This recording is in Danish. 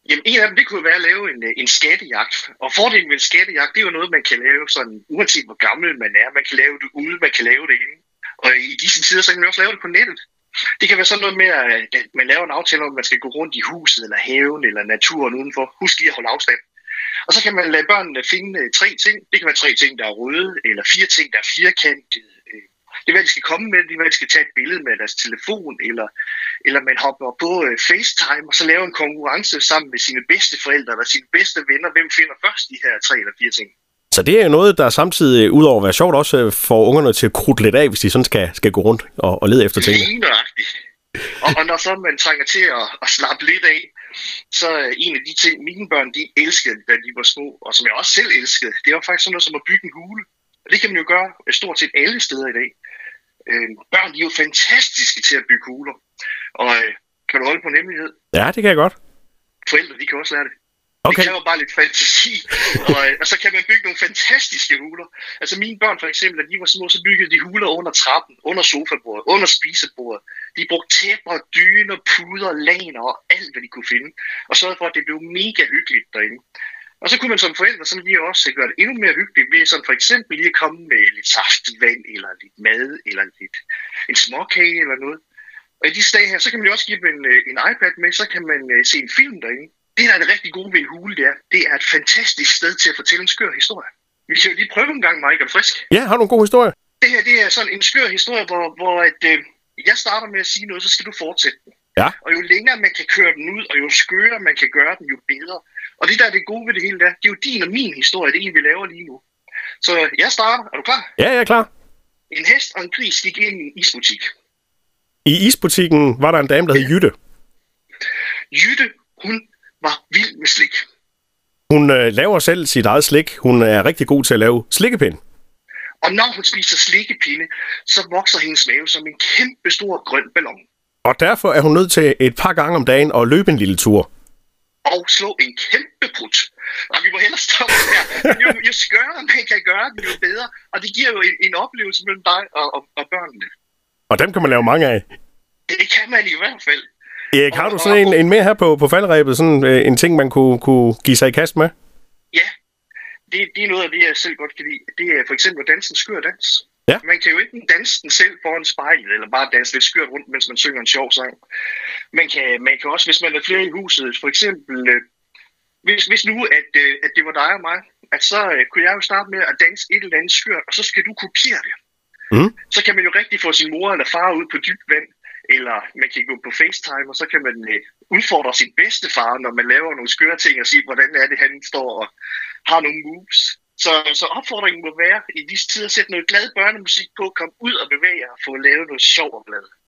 Jamen, en af dem, det kunne være at lave en skattejagt. Og fordelen ved en skattejagt, det er jo noget, man kan lave sådan, uanset hvor gammel man er. Man kan lave det ude, man kan lave det inde. Og i disse tider, så kan man også lave det på nettet. Det kan være sådan noget med, at man laver en aftale om, at man skal gå rundt i huset, eller haven, eller naturen udenfor. Husk lige at holde afstand. Og så kan man lade børnene finde 3 ting. Det kan være 3 ting, der er røde, eller 4 ting, der er firkantede. Det er, hvad de skal komme med. Det er, hvad de skal tage et billede med deres telefon, eller man hopper på FaceTime, og så laver en konkurrence sammen med sine bedste forældre, eller sine bedste venner. Hvem finder først de her 3 eller 4 ting? Så det er jo noget, der samtidig, udover at være sjovt, også får ungerne til at krudte lidt af, hvis de sådan skal gå rundt og lede efter tingene. Lige nøjagtigt. Og når så man trænger til at slappe lidt af, så en af de ting, mine børn de elskede, da de var små, og som jeg også selv elskede, det var faktisk sådan noget som at bygge en hule. Og det kan man jo gøre stort set alle steder i dag. Børn de er jo fantastiske til at bygge huler. Og kan du holde på en hemmelighed? Ja, det kan jeg godt. Forældre, de kan også lære det. Okay. Det kræver bare lidt fantasi, og så kan man bygge nogle fantastiske huler. Altså mine børn for eksempel, da de var små, så byggede de huler under trappen, under sofabordet, under spisebordet. De brugte tæpper, dyner, puder, laner og alt, hvad de kunne finde. Og sørgede for, at det blev mega hyggeligt derinde. Og så kunne man som forældre sådan lige også gøre det endnu mere hyggeligt ved sådan for eksempel lige at komme med lidt saftvand, eller lidt mad, eller en småkage eller noget. Og i de dage her, så kan man jo også give dem en iPad med, så kan man se en film derinde. Det, der er det rigtig gode ved en hule, det er et fantastisk sted til at fortælle en skør historie. Vi kan jo lige prøve en gang, Mike, er du frisk? Ja, har du en god historie? Det her, det er sådan en skør historie, hvor jeg starter med at sige noget, så skal du fortsætte den. Ja. Og jo længere man kan køre den ud, og jo skørere man kan gøre den, jo bedre. Og det, der er det gode ved det hele, det er jo din og min historie, det er en, vi laver lige nu. Så jeg starter. Er du klar? Ja, jeg er klar. En hest og en gris gik ind i en isbutik. I isbutikken var der en dame, der hed Jytte. Jytte, hun var vild med slik. Hun laver selv sit eget slik. Hun er rigtig god til at lave slikkepind. Og når hun spiser slikkepinde, så vokser hendes mave som en kæmpe stor grøn ballon. Og derfor er hun nødt til et par gange om dagen at løbe en lille tur. Og slå en kæmpe prut. Og vi må hellere stoppe her. Jo skørere man kan gøre det, jo bedre. Og det giver jo en oplevelse mellem dig og børnene. Og dem kan man lave mange af. Det kan man i hvert fald. Erik, har du sådan en mere her på faldrebet? Sådan en ting, man kunne give sig i kast med? Ja, det er noget af det, jeg selv godt kan lide. Det er for eksempel at danse en skør dans. Ja. Man kan jo ikke danse den selv foran spejlet, eller bare danse lidt skørt rundt, mens man synger en sjov sang. Man kan også, hvis man er flere i huset, for eksempel, hvis nu, at det var dig og mig, at så kunne jeg jo starte med at danse et eller andet skørt, og så skal du kopiere det. Mm. Så kan man jo rigtig få sin mor eller far ud på dybt vand, eller man kan gå på FaceTime, og så kan man udfordre sin bedstefar, når man laver nogle skøre ting, og sige, hvordan er det, han står og har nogle moves. Så opfordringen må være i disse tider at sætte noget glad børnemusik på, komme ud og bevæge og få lavet noget sjov og glad.